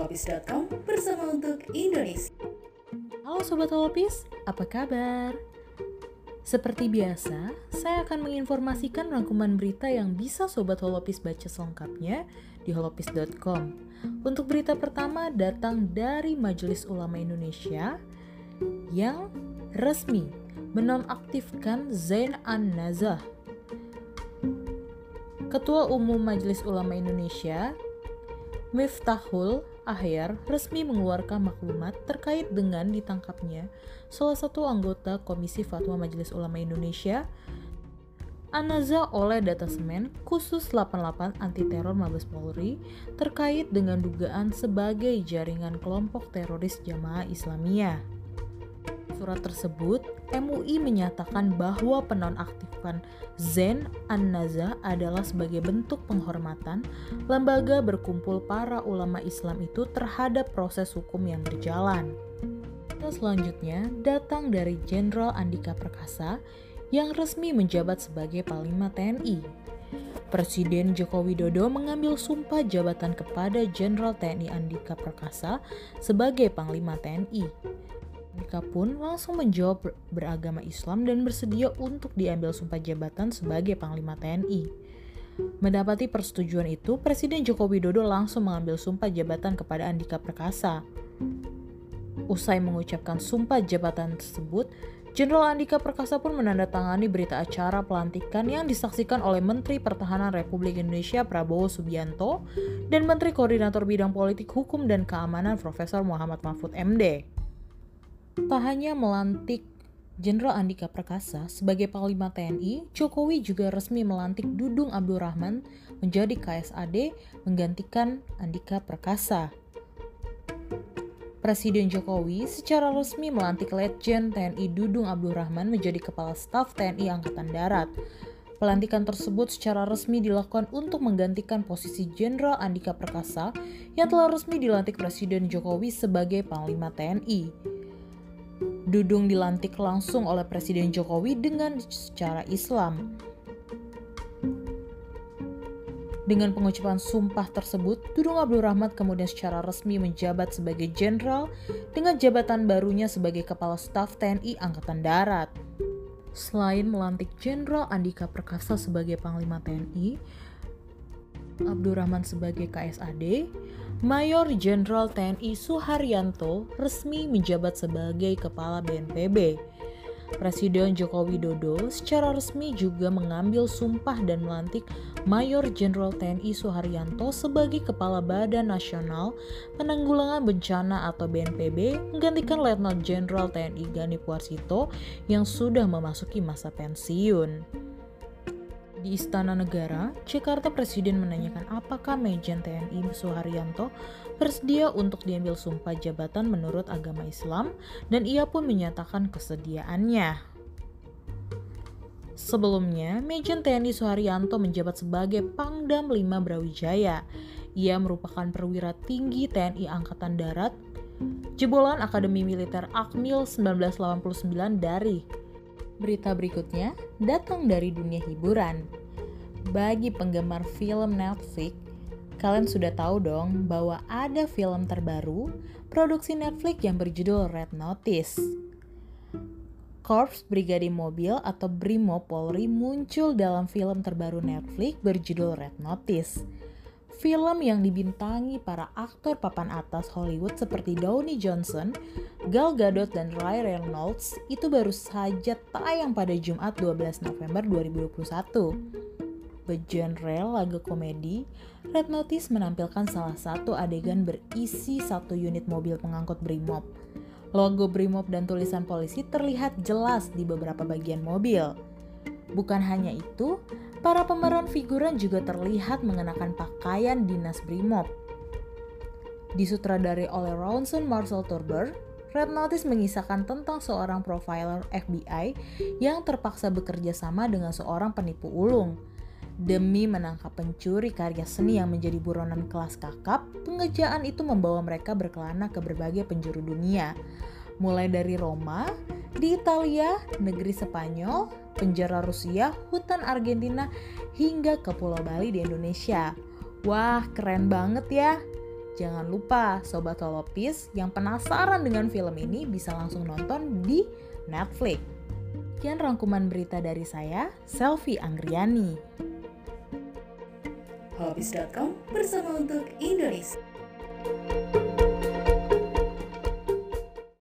holopis.com bersama untuk Indonesia. Halo Sobat Holopis, apa kabar? Seperti biasa, saya akan menginformasikan rangkuman berita yang bisa Sobat Holopis baca selengkapnya di holopis.com. Untuk berita pertama datang dari Majelis Ulama Indonesia yang resmi menonaktifkan Zain An-Nazah. Ketua Umum Majelis Ulama Indonesia, Miftahul Ahyar, resmi mengeluarkan maklumat terkait dengan ditangkapnya salah satu anggota Komisi Fatwa Majelis Ulama Indonesia, An-Nazah oleh Datasemen Khusus 88 Anti Teror Mabes Polri terkait dengan dugaan sebagai jaringan kelompok teroris Jamaah Islamiyah. Surat tersebut, MUI menyatakan bahwa penonaktifan Zain An-Nazah adalah sebagai bentuk penghormatan lembaga berkumpul para ulama Islam itu terhadap proses hukum yang berjalan. Dan selanjutnya datang dari Jenderal Andika Perkasa yang resmi menjabat sebagai Panglima TNI. Presiden Joko Widodo mengambil sumpah jabatan kepada Jenderal TNI Andika Perkasa sebagai Panglima TNI. Andika pun langsung menjawab beragama Islam dan bersedia untuk diambil sumpah jabatan sebagai Panglima TNI. Mendapati persetujuan itu, Presiden Joko Widodo langsung mengambil sumpah jabatan kepada Andika Perkasa. Usai mengucapkan sumpah jabatan tersebut, Jenderal Andika Perkasa pun menandatangani berita acara pelantikan yang disaksikan oleh Menteri Pertahanan Republik Indonesia Prabowo Subianto dan Menteri Koordinator Bidang Politik, Hukum, dan Keamanan Profesor Muhammad Mahfud MD. Tak hanya melantik Jenderal Andika Perkasa sebagai Panglima TNI, Jokowi juga resmi melantik Dudung Abdul Rahman menjadi KSAD menggantikan Andika Perkasa. Presiden Jokowi secara resmi melantik Letjen TNI Dudung Abdul Rahman menjadi Kepala Staf TNI Angkatan Darat. Pelantikan tersebut secara resmi dilakukan untuk menggantikan posisi Jenderal Andika Perkasa yang telah resmi dilantik Presiden Jokowi sebagai Panglima TNI. Dudung dilantik langsung oleh Presiden Jokowi dengan secara Islam. Dengan pengucapan sumpah tersebut, Dudung Abdul Rahman kemudian secara resmi menjabat sebagai jenderal dengan jabatan barunya sebagai Kepala Staf TNI Angkatan Darat. Selain melantik Jenderal Andika Perkasa sebagai Panglima TNI, Abdul Rahman sebagai KSAD, Mayor Jenderal TNI Suharyanto resmi menjabat sebagai Kepala BNPB. Presiden Joko Widodo secara resmi juga mengambil sumpah dan melantik Mayor Jenderal TNI Suharyanto sebagai Kepala Badan Nasional Penanggulangan Bencana atau BNPB, menggantikan Letnan Jenderal TNI Ganip Warsito yang sudah memasuki masa pensiun. Di Istana Negara, Jakarta, Presiden menanyakan apakah Majen TNI Suharyanto bersedia untuk diambil sumpah jabatan menurut agama Islam, dan ia pun menyatakan kesediaannya. Sebelumnya, Majen TNI Suharyanto menjabat sebagai Pangdam 5 Brawijaya. Ia merupakan perwira tinggi TNI Angkatan Darat, jebolan Akademi Militer Akmil 1989 dari. Berita berikutnya datang dari dunia hiburan. Bagi penggemar film Netflix, kalian sudah tahu dong bahwa ada film terbaru produksi Netflix yang berjudul Red Notice. Korps Brigade Mobil atau Brimob Polri muncul dalam film terbaru Netflix berjudul Red Notice. Film yang dibintangi para aktor papan atas Hollywood seperti Downey Johnson, Gal Gadot, dan Ryan Reynolds itu baru saja tayang pada Jumat 12 November 2021. Bergenre laga komedi, Red Notice menampilkan salah satu adegan berisi satu unit mobil pengangkut Brimob. Logo Brimob dan tulisan polisi terlihat jelas di beberapa bagian mobil. Bukan hanya itu, para pemeran figuran juga terlihat mengenakan pakaian dinas Brimob. Disutradari oleh Rawson Marshall Turber, Red Notice mengisahkan tentang seorang profiler FBI yang terpaksa bekerja sama dengan seorang penipu ulung. Demi menangkap pencuri karya seni yang menjadi buronan kelas kakap, pengerjaan itu membawa mereka berkelana ke berbagai penjuru dunia. Mulai dari Roma, di Italia, negeri Spanyol, penjara Rusia, hutan Argentina, hingga ke Pulau Bali di Indonesia. Wah, keren banget ya! Jangan lupa Sobat Holopis yang penasaran dengan film ini bisa langsung nonton di Netflix. Sekian rangkuman berita dari saya, Selvi Anggriani. Holopis.com bersama untuk Indonesia.